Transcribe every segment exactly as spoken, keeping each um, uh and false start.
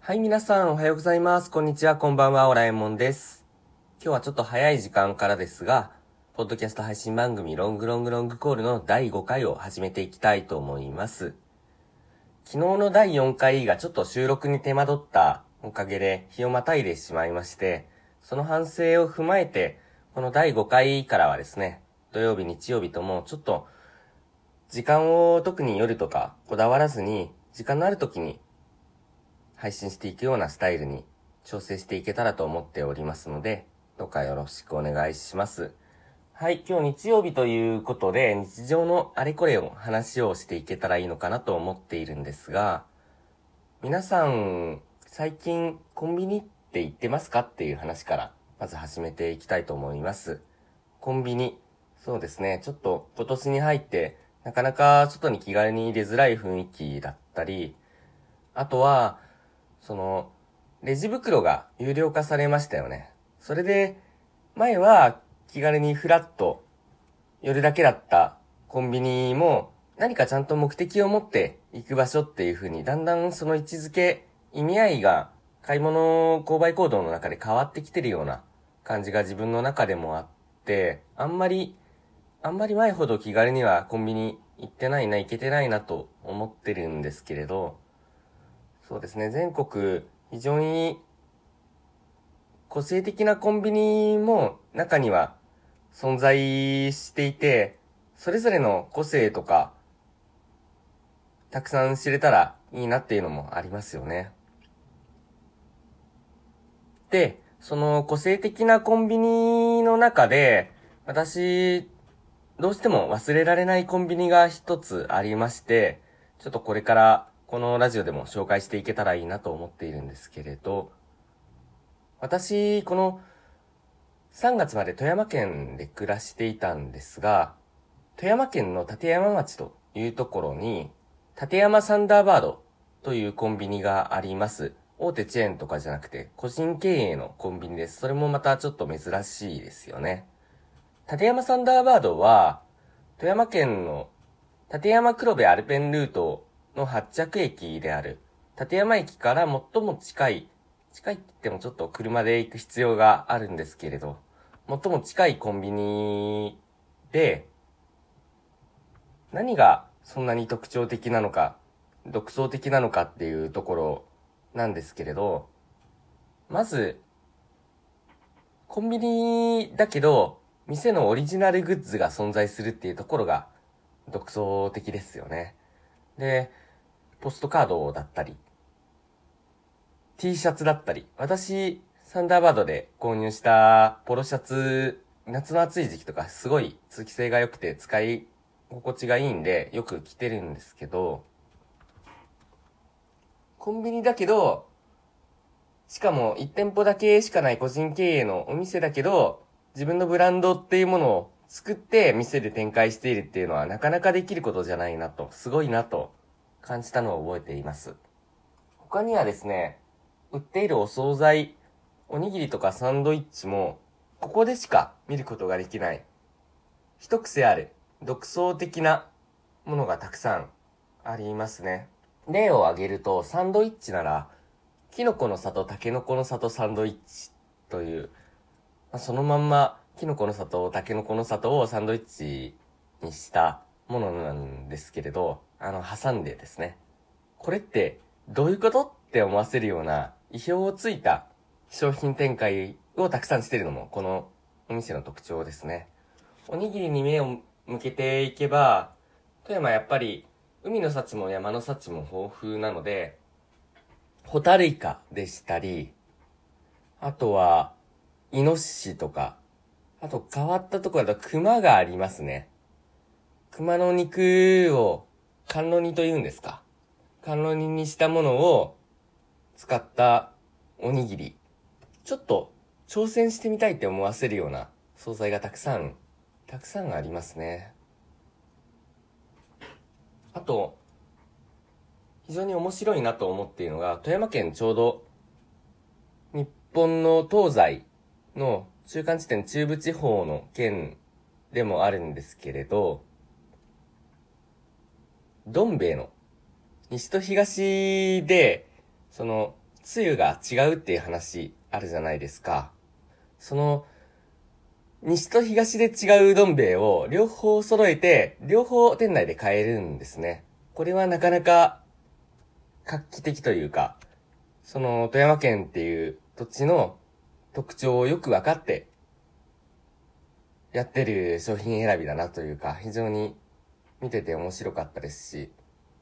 はい、皆さんおはようございます。こんにちは、こんばんは、オラえもんです。今日はちょっと早い時間からですが、ポッドキャスト配信番組ロングロングロングコールのだいごかいを始めていきたいと思います。昨日のだいよんかいがちょっと収録に手間取ったおかげで日をまたいでしまいまして、その反省を踏まえて、このだいごかいからはですね、土曜日、日曜日ともちょっと時間を特に夜とかこだわらずに、時間のある時に配信していくようなスタイルに調整していけたらと思っておりますので、どうかよろしくお願いします。はい、今日日曜日ということで、日常のあれこれを話をしていけたらいいのかなと思っているんですが、皆さん、最近コンビニって行ってますかっていう話からまず始めていきたいと思います。コンビニ、そうですね、ちょっと今年に入ってなかなか外に気軽に出づらい雰囲気だったり、あとは、その、レジ袋が有料化されましたよね。それで、前は気軽にフラッと寄るだけだったコンビニも何かちゃんと目的を持って行く場所っていう風にだんだんその位置づけ、意味合いが買い物購買行動の中で変わってきてるような感じが自分の中でもあって、あんまり、あんまり前ほど気軽にはコンビニ行ってないな、行けてないなと思ってるんですけれど、そうですね、全国非常に個性的なコンビニも中には存在していて、それぞれの個性とかたくさん知れたらいいなっていうのもありますよね。で、その個性的なコンビニの中で、私、どうしても忘れられないコンビニが一つありまして、ちょっとこれからこのラジオでも紹介していけたらいいなと思っているんですけれど、私、このさんがつまで富山県で暮らしていたんですが、富山県の立山町というところに、立山サンダーバードというコンビニがあります。大手チェーンとかじゃなくて、個人経営のコンビニです。それもまたちょっと珍しいですよね。立山サンダーバードは、富山県の立山黒部アルペンルートの発着駅である、立山駅から最も近い、近いって言ってもちょっと車で行く必要があるんですけれど、最も近いコンビニで、何がそんなに特徴的なのか、独創的なのかっていうところなんですけれど、まず、コンビニだけど、店のオリジナルグッズが存在するっていうところが独創的ですよね。で、ポストカードだったり、T シャツだったり、私、サンダーバードで購入したポロシャツ、夏の暑い時期とかすごい通気性が良くて使い心地がいいんでよく着てるんですけど、コンビニだけど、しかもいち店舗だけしかない個人経営のお店だけど、自分のブランドっていうものを作って店で展開しているっていうのはなかなかできることじゃないなと、すごいなと感じたのを覚えています。他にはですね、売っているお惣菜、おにぎりとかサンドイッチも、ここでしか見ることができない、一癖ある、独創的なものがたくさんありますね。例を挙げると、サンドイッチなら、キノコの里、タケノコの里サンドイッチという、まあ、そのまんま、キノコの里、タケノコの里をサンドイッチにしたものなんですけれど、あの、挟んでですね。これって、どういうことって思わせるような、意表をついた商品展開をたくさんしているのも、このお店の特徴ですね。おにぎりに目を向けていけば、富山やっぱり、海の幸も山の幸も豊富なので、ホタルイカでしたり、あとは、イノシシとか、あと変わったところだと熊がありますね。熊の肉を甘露煮と言うんですか。甘露煮にしたものを使ったおにぎり。ちょっと挑戦してみたいって思わせるような惣菜がたくさん、たくさんありますね。あと、非常に面白いなと思っているのが、富山県ちょうど日本の東西の中間地点中部地方の県でもあるんですけれど、どん兵衛の西と東で、そのつゆが違うっていう話あるじゃないですか。その、西と東で違ううどん兵衛を両方揃えて、両方店内で買えるんですね。これはなかなか画期的というか、その富山県っていう土地の特徴をよく分かってやってる商品選びだなというか、非常に見てて面白かったですし、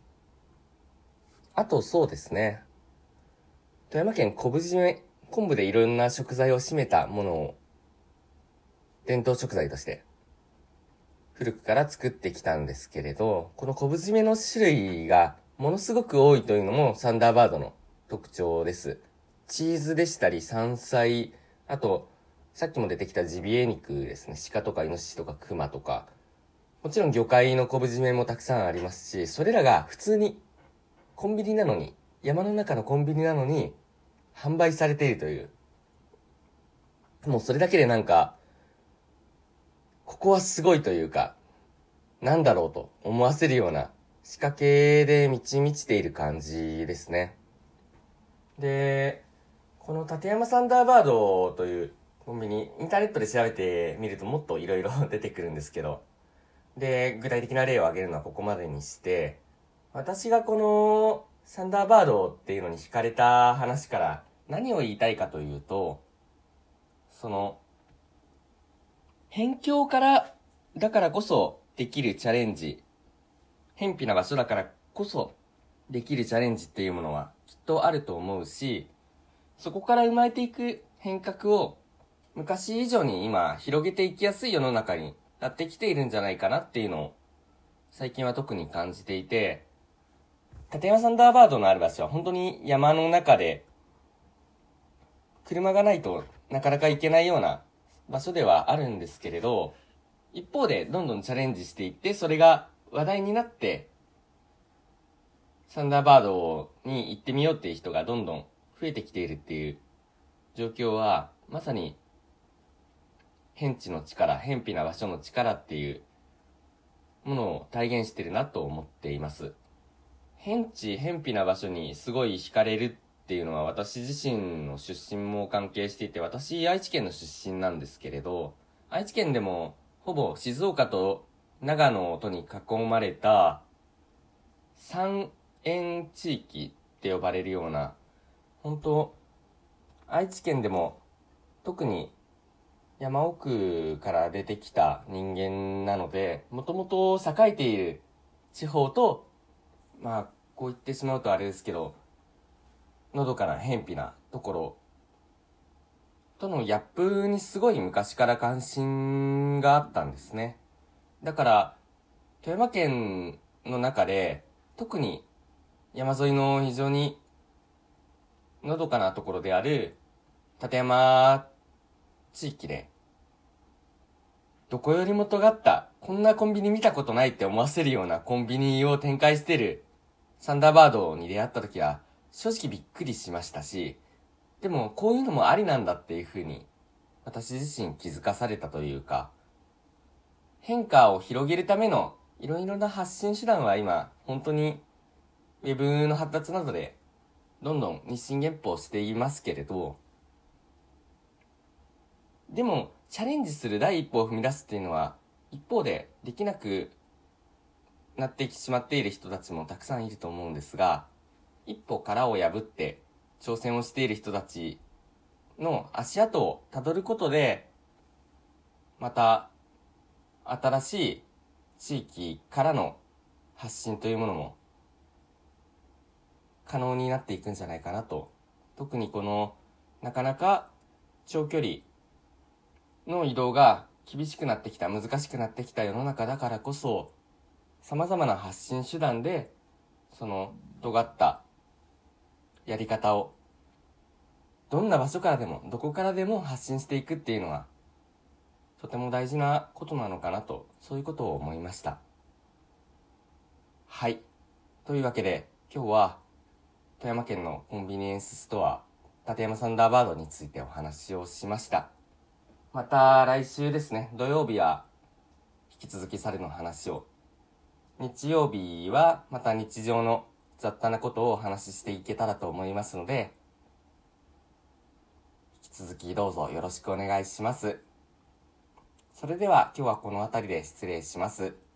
あとそうですね、富山県昆布締め、昆布でいろんな食材を締めたものを伝統食材として古くから作ってきたんですけれど、この昆布締めの種類がものすごく多いというのもサンダーバードの特徴です。チーズでしたり山菜、あとさっきも出てきたジビエ肉ですね。鹿とかイノシシとかクマとか、もちろん魚介の昆布締めもたくさんありますし、それらが普通にコンビニなのに、山の中のコンビニなのに販売されているという、もうそれだけでなんかここはすごいというか、なんだろうと思わせるような仕掛けで満ち満ちている感じですね。で、この立山サンダーバードというコンビニ、インターネットで調べてみるともっといろいろ出てくるんですけど、で、具体的な例を挙げるのはここまでにして、私がこのサンダーバードっていうのに惹かれた話から何を言いたいかというと、その、辺境からだからこそできるチャレンジ、偏僻な場所だからこそできるチャレンジっていうものはきっとあると思うし、そこから生まれていく変革を昔以上に今広げていきやすい世の中になってきているんじゃないかなっていうのを最近は特に感じていて、立山サンダーバードのある場所は本当に山の中で車がないとなかなか行けないような場所ではあるんですけれど、一方でどんどんチャレンジしていって、それが話題になってサンダーバードに行ってみようっていう人がどんどん増えてきているっていう状況は、まさに偏地の力、偏僻な場所の力っていうものを体現してるなと思っています。偏地、偏僻な場所にすごい惹かれるっていうのは、私自身の出身も関係していて、私愛知県の出身なんですけれど、愛知県でもほぼ静岡と長野とに囲まれた三円地域って呼ばれるような、本当愛知県でも特に山奥から出てきた人間なので、もともと栄えている地方と、まあこう言ってしまうとあれですけど、のどかな偏僻なところとのギャップにすごい昔から関心があったんですね。だから富山県の中で特に山沿いの非常にのどかなところである立山地域で、どこよりも尖った、こんなコンビニ見たことないって思わせるようなコンビニを展開しているサンダーバードに出会った時は正直びっくりしましたし、でもこういうのもありなんだっていう風に私自身気づかされたというか、変化を広げるためのいろいろな発信手段は今本当にウェブの発達などでどんどん日進月歩していますけれど、でもチャレンジする第一歩を踏み出すっていうのは一方でできなくなってしまっている人たちもたくさんいると思うんですが、一歩殻を破って挑戦をしている人たちの足跡をたどることで、また新しい地域からの発信というものも可能になっていくんじゃないかなと。特にこのなかなか長距離の移動が厳しくなってきた、難しくなってきた世の中だからこそ、様々な発信手段でその尖ったやり方をどんな場所からでもどこからでも発信していくっていうのはとても大事なことなのかなと、そういうことを思いました。はい。というわけで今日は富山県のコンビニエンスストア立山サンダーバードについてお話をしました。また来週ですね、土曜日は引き続き猿の話を、日曜日はまた日常の雑多なことをお話ししていけたらと思いますので、 続きどうぞよろしくお願いします。それでは今日はこの辺りで失礼します。